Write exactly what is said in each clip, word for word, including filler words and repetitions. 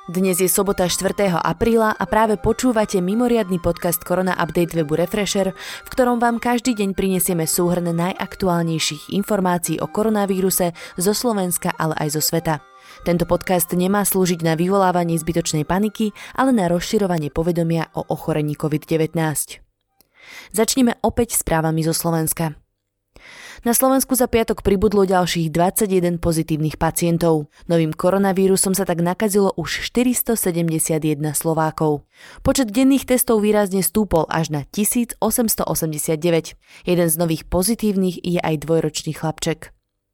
Dnes je sobota štvrtého apríla a práve počúvate mimoriadny podcast Korona Update webu Refresher, v ktorom vám každý deň prinesieme súhrn najaktuálnejších informácií o koronavíruse zo Slovenska, ale aj zo sveta. Tento podcast nemá slúžiť na vyvolávanie zbytočnej paniky, ale na rozširovanie povedomia o ochorení covid devätnásť. Začneme opäť správami zo Slovenska. Na Slovensku za piatok pribudlo ďalších dvadsaťjeden pozitívnych pacientov. Novým koronavírusom sa tak nakazilo už štyristosedemdesiatjeden Slovákov. Počet denných testov výrazne stúpol až na tisícosemstoosemdesiatdeväť. Jeden z nových pozitívnych je aj dvojročný chlapček.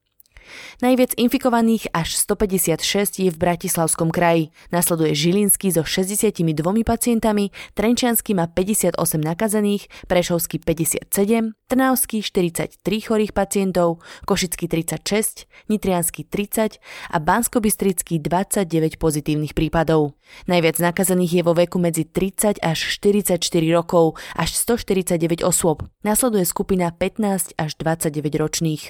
Najviac infikovaných až stopäťdesiatšesť je v Bratislavskom kraji. Nasleduje Žilinský so šesťdesiatdvoma pacientami, Trenčiansky má päťdesiatosem nakazených, Prešovský päťdesiatsedem, Trnavský štyridsaťtri chorých pacientov, Košický tridsaťšesť, Nitriansky tridsať a Banskobystrický dvadsaťdeväť pozitívnych prípadov. Najviac nakazených je vo veku medzi tridsať až štyridsaťštyri rokov, až stoštyridsaťdeväť osôb. Nasleduje skupina pätnásť až dvadsaťdeväť ročných.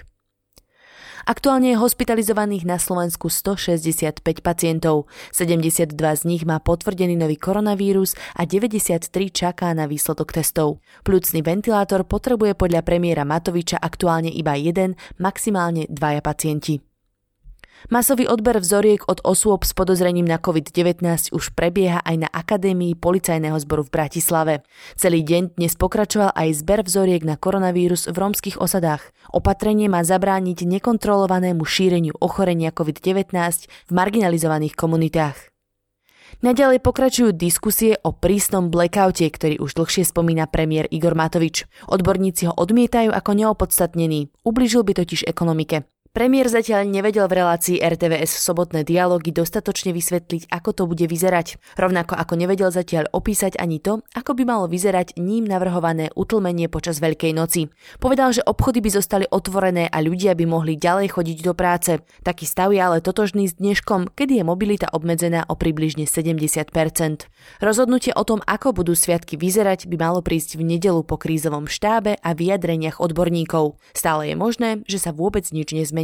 Aktuálne je hospitalizovaných na Slovensku stošesťdesiatpäť pacientov, sedemdesiatdva z nich má potvrdený nový koronavírus a deväťdesiattri čaká na výsledok testov. Pľucný ventilátor potrebuje podľa premiéra Matoviča aktuálne iba jeden, maximálne dvaja pacienti. Masový odber vzoriek od osôb s podozrením na covid devätnásť už prebieha aj na Akadémii policajného zboru v Bratislave. Celý deň dnes pokračoval aj zber vzoriek na koronavírus v rómskych osadách. Opatrenie má zabrániť nekontrolovanému šíreniu ochorenia covid devätnásť v marginalizovaných komunitách. Naďalej pokračujú diskusie o prísnom blackoute, ktorý už dlhšie spomína premiér Igor Matovič. Odborníci ho odmietajú ako neopodstatnený, ublížil by totiž ekonomike. Premiér zatiaľ nevedel v relácii er té vé es Sobotné dialógy dostatočne vysvetliť, ako to bude vyzerať. Rovnako ako nevedel zatiaľ opísať ani to, ako by malo vyzerať ním navrhované utlmenie počas Veľkej noci. Povedal, že obchody by zostali otvorené a ľudia by mohli ďalej chodiť do práce. Taký stav je ale totožný s dneškom, kedy je mobilita obmedzená o približne sedemdesiat percent. Rozhodnutie o tom, ako budú sviatky vyzerať, by malo prísť v nedeľu po krízovom štábe a vyjadreniach odborníkov. Stále je možné, že sa vôbec nič nezmení.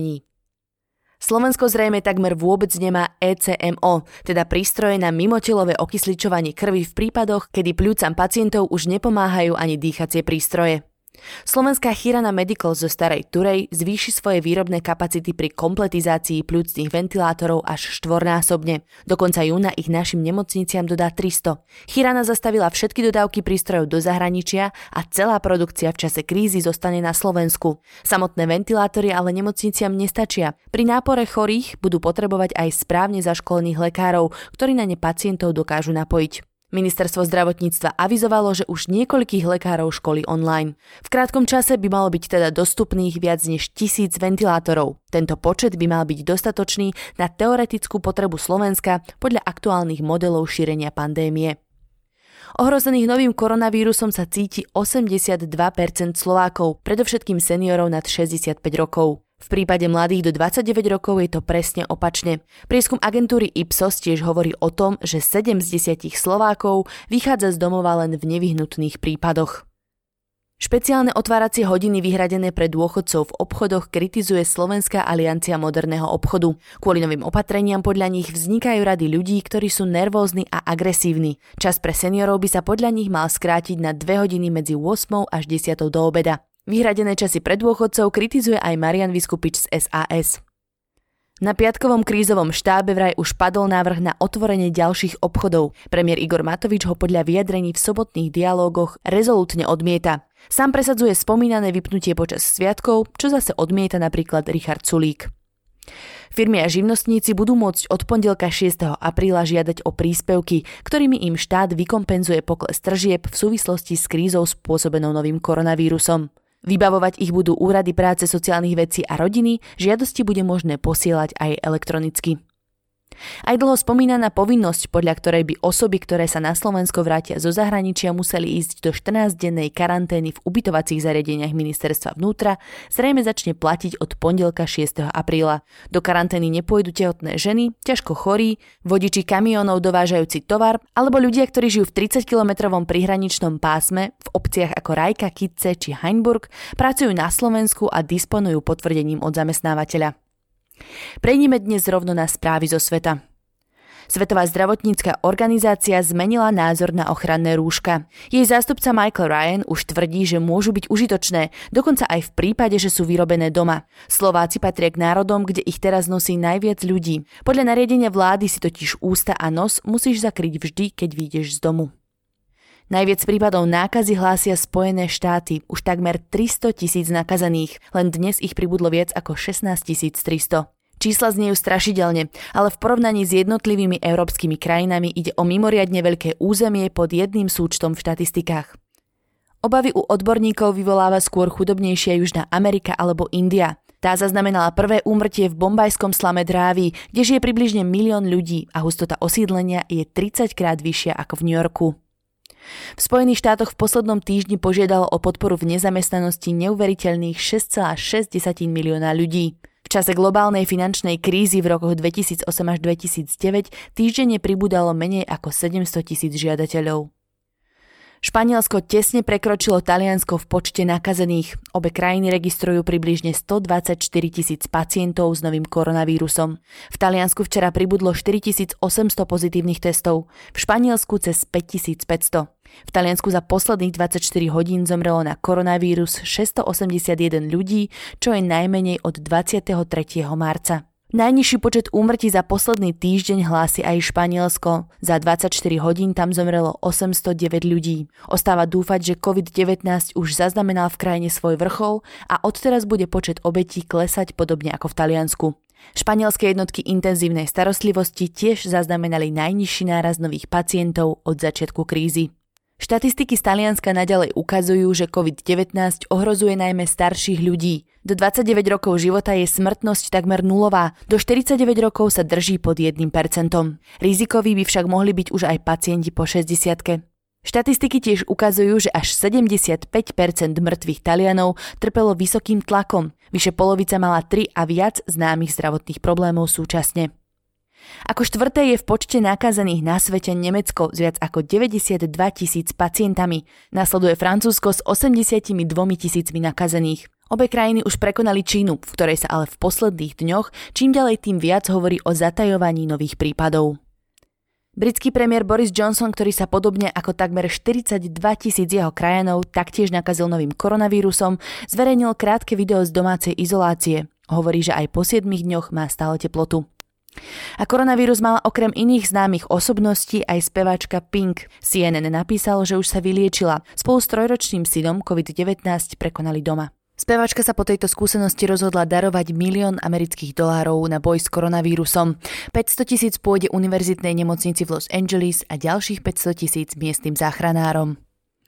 Slovensko zrejme takmer vôbec nemá é cé em ó, teda prístroje na mimotelové okysličovanie krvi v prípadoch, kedy pľúcam pacientov už nepomáhajú ani dýchacie prístroje. Slovenská Chirana Medical zo Starej Turej zvýši svoje výrobné kapacity pri kompletizácii pľúcnych ventilátorov až štvornásobne. Do konca júna ich našim nemocniciam dodá tristo. Chirana zastavila všetky dodávky prístrojov do zahraničia a celá produkcia v čase krízy zostane na Slovensku. Samotné ventilátory ale nemocniciam nestačia. Pri nápore chorých budú potrebovať aj správne zaškolených lekárov, ktorí na ne pacientov dokážu napojiť. Ministerstvo zdravotníctva avizovalo, že už niekoľkých lekárov školí online. V krátkom čase by malo byť teda dostupných viac než tisíc ventilátorov. Tento počet by mal byť dostatočný na teoretickú potrebu Slovenska podľa aktuálnych modelov šírenia pandémie. Ohrozených novým koronavírusom sa cíti osemdesiatdva percent Slovákov, predovšetkým seniorov nad šesťdesiatpäť rokov. V prípade mladých do dvadsaťdeväť rokov je to presne opačne. Prieskum agentúry Ipsos tiež hovorí o tom, že sedem z desiatich Slovákov vychádza z domova len v nevyhnutných prípadoch. Špeciálne otváracie hodiny vyhradené pre dôchodcov v obchodoch kritizuje Slovenská aliancia moderného obchodu. Kvôli novým opatreniam podľa nich vznikajú rady ľudí, ktorí sú nervózni a agresívni. Čas pre seniorov by sa podľa nich mal skrátiť na dve hodiny medzi ôsmou až desiatou do obeda. Vyhradené časy pre dôchodcov kritizuje aj Marian Vyskupič z es a es. Na piatkovom krízovom štábe vraj už padol návrh na otvorenie ďalších obchodov. Premiér Igor Matovič ho podľa vyjadrení v sobotných dialógoch rezolútne odmieta. Sám presadzuje spomínané vypnutie počas sviatkov, čo zase odmieta napríklad Richard Sulík. Firmy a živnostníci budú môcť od pondelka šiesteho apríla žiadať o príspevky, ktorými im štát vykompenzuje pokles tržieb v súvislosti s krízou spôsobenou novým koronavírusom. Vybavovať ich budú úrady práce, sociálnych vecí a rodiny, žiadosti bude možné posielať aj elektronicky. Aj dlho spomínaná povinnosť, podľa ktorej by osoby, ktoré sa na Slovensko vrátia zo zahraničia, museli ísť do štrnásťdennej karantény v ubytovacích zariadeniach ministerstva vnútra, zrejme začne platiť od pondelka šiesteho apríla. Do karantény nepôjdu tehotné ženy, ťažko chorí, vodiči kamiónov dovážajúci tovar, alebo ľudia, ktorí žijú v tridsaťkilometrovom prihraničnom pásme v obciach ako Rajka, Kitce či Haňburg, pracujú na Slovensku a disponujú potvrdením od zamestnávateľa. Prejdime dnes rovno na správy zo sveta. Svetová zdravotnícka organizácia zmenila názor na ochranné rúška. Jej zástupca Michael Ryan už tvrdí, že môžu byť užitočné, dokonca aj v prípade, že sú vyrobené doma. Slováci patria k národom, kde ich teraz nosí najviac ľudí. Podľa nariadenia vlády si totiž ústa a nos musíš zakryť vždy, keď vyjdeš z domu. Najviac prípadov nákazy hlásia Spojené štáty, už takmer tristotisíc nakazaných, len dnes ich pribudlo viac ako šestnásťtisíctristo. Čísla zniejú strašidelne, ale v porovnaní s jednotlivými európskymi krajinami ide o mimoriadne veľké územie pod jedným súčtom v štatistikách. Obavy u odborníkov vyvoláva skôr chudobnejšia Južná Amerika alebo India. Tá zaznamenala prvé úmrtie v bombajskom slame Drávi, kde žije približne milión ľudí a hustota osídlenia je tridsaťkrát vyššia ako v New Yorku. V Spojených štátoch v poslednom týždni požiadalo o podporu v nezamestnanosti neuveriteľných šesť celá šesť milióna ľudí. V čase globálnej finančnej krízy v rokoch dvetisícosem až dvetisícdeväť týždenne pribúdalo menej ako sedemsto tisíc žiadateľov. Španielsko tesne prekročilo Taliansko v počte nakazených. Obe krajiny registrujú približne stodvadsaťštyri tisíc pacientov s novým koronavírusom. V Taliansku včera pribudlo štyritisícosemsto pozitívnych testov, v Španielsku cez päťtisícpäťsto. V Taliansku za posledných dvadsaťštyri hodín zomrelo na koronavírus šesťstoosemdesiatjeden ľudí, čo je najmenej od dvadsiateho tretieho marca. Najnižší počet úmrtí za posledný týždeň hlási aj Španielsko. Za dvadsaťštyri hodín tam zomrelo osemstodeväť ľudí. Ostáva dúfať, že covid devätnásť už zaznamenal v krajine svoj vrchol a odteraz bude počet obetí klesať podobne ako v Taliansku. Španielské jednotky intenzívnej starostlivosti tiež zaznamenali najnižší nárast nových pacientov od začiatku krízy. Štatistiky z Talianska naďalej ukazujú, že covid devätnásť ohrozuje najmä starších ľudí. Do dvadsaťdeväť rokov života je smrtnosť takmer nulová, do štyridsaťdeväť rokov sa drží pod jedným percentom. Rizikoví by však mohli byť už aj pacienti po šesťdesiatke. Štatistiky tiež ukazujú, že až sedemdesiatpäť percent mŕtvych Talianov trpelo vysokým tlakom. Vyše polovica mala tri a viac známych zdravotných problémov súčasne. Ako štvrté je v počte nakazených na svete Nemecko s viac ako deväťdesiatdva tisíc pacientami. Nasleduje Francúzsko s osemdesiatdva tisícmi nakazených. Obe krajiny už prekonali Čínu, v ktorej sa ale v posledných dňoch čím ďalej tým viac hovorí o zatajovaní nových prípadov. Britský premiér Boris Johnson, ktorý sa podobne ako takmer štyridsaťdva tisíc jeho krajanov taktiež nakazil novým koronavírusom, zverejnil krátke video z domácej izolácie. Hovorí, že aj po siedmich dňoch má stále teplotu. A koronavírus mala okrem iných známych osobností aj speváčka Pink. C N N napísalo, že už sa vyliečila. Spolu s trojročným synom covid devätnásť prekonali doma. Speváčka sa po tejto skúsenosti rozhodla darovať milión amerických dolárov na boj s koronavírusom. päťsto tisíc pôjde univerzitnej nemocnici v Los Angeles a ďalších päťsto tisíc miestnym záchranárom.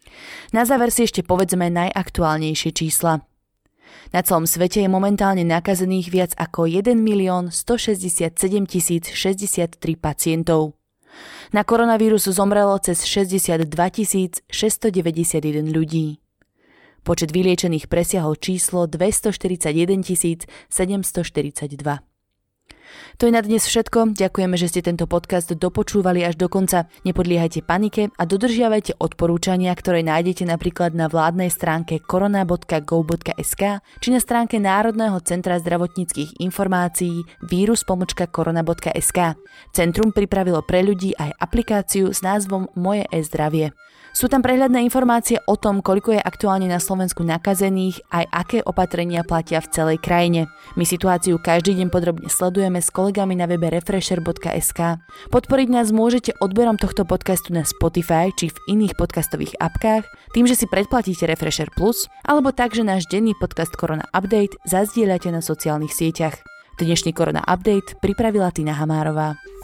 Na záver si ešte povedzme najaktuálnejšie čísla. Na celom svete je momentálne nakazených viac ako jeden milión stošesťdesiatsedem tisíc šesťdesiattri pacientov. Na koronavírus zomrelo cez šesťdesiatdva tisíc šesťstodeväťdesiatjeden ľudí. Počet vyliečených presiahol číslo dvestoštyridsaťjeden tisíc sedemstoštyridsaťdva. To je na dnes všetko, ďakujeme, že ste tento podcast dopočúvali až do konca. Nepodliehajte panike a dodržiavajte odporúčania, ktoré nájdete napríklad na vládnej stránke korona bodka gov bodka es ká či na stránke Národného centra zdravotníckych informácií vírus pomočka korona bodka es ká. Centrum pripravilo pre ľudí aj aplikáciu s názvom Moje e-zdravie. Sú tam prehľadné informácie o tom, koľko je aktuálne na Slovensku nakazených, aj aké opatrenia platia v celej krajine. My situáciu každý deň podrobne sledujeme s kolegami na webe refresher bodka es ká. Podporiť nás môžete odberom tohto podcastu na Spotify či v iných podcastových apkách, tým, že si predplatíte Refresher Plus, alebo tak, že náš denný podcast Korona Update zazdieľate na sociálnych sieťach. Dnešný Korona Update pripravila Tina Hamárová.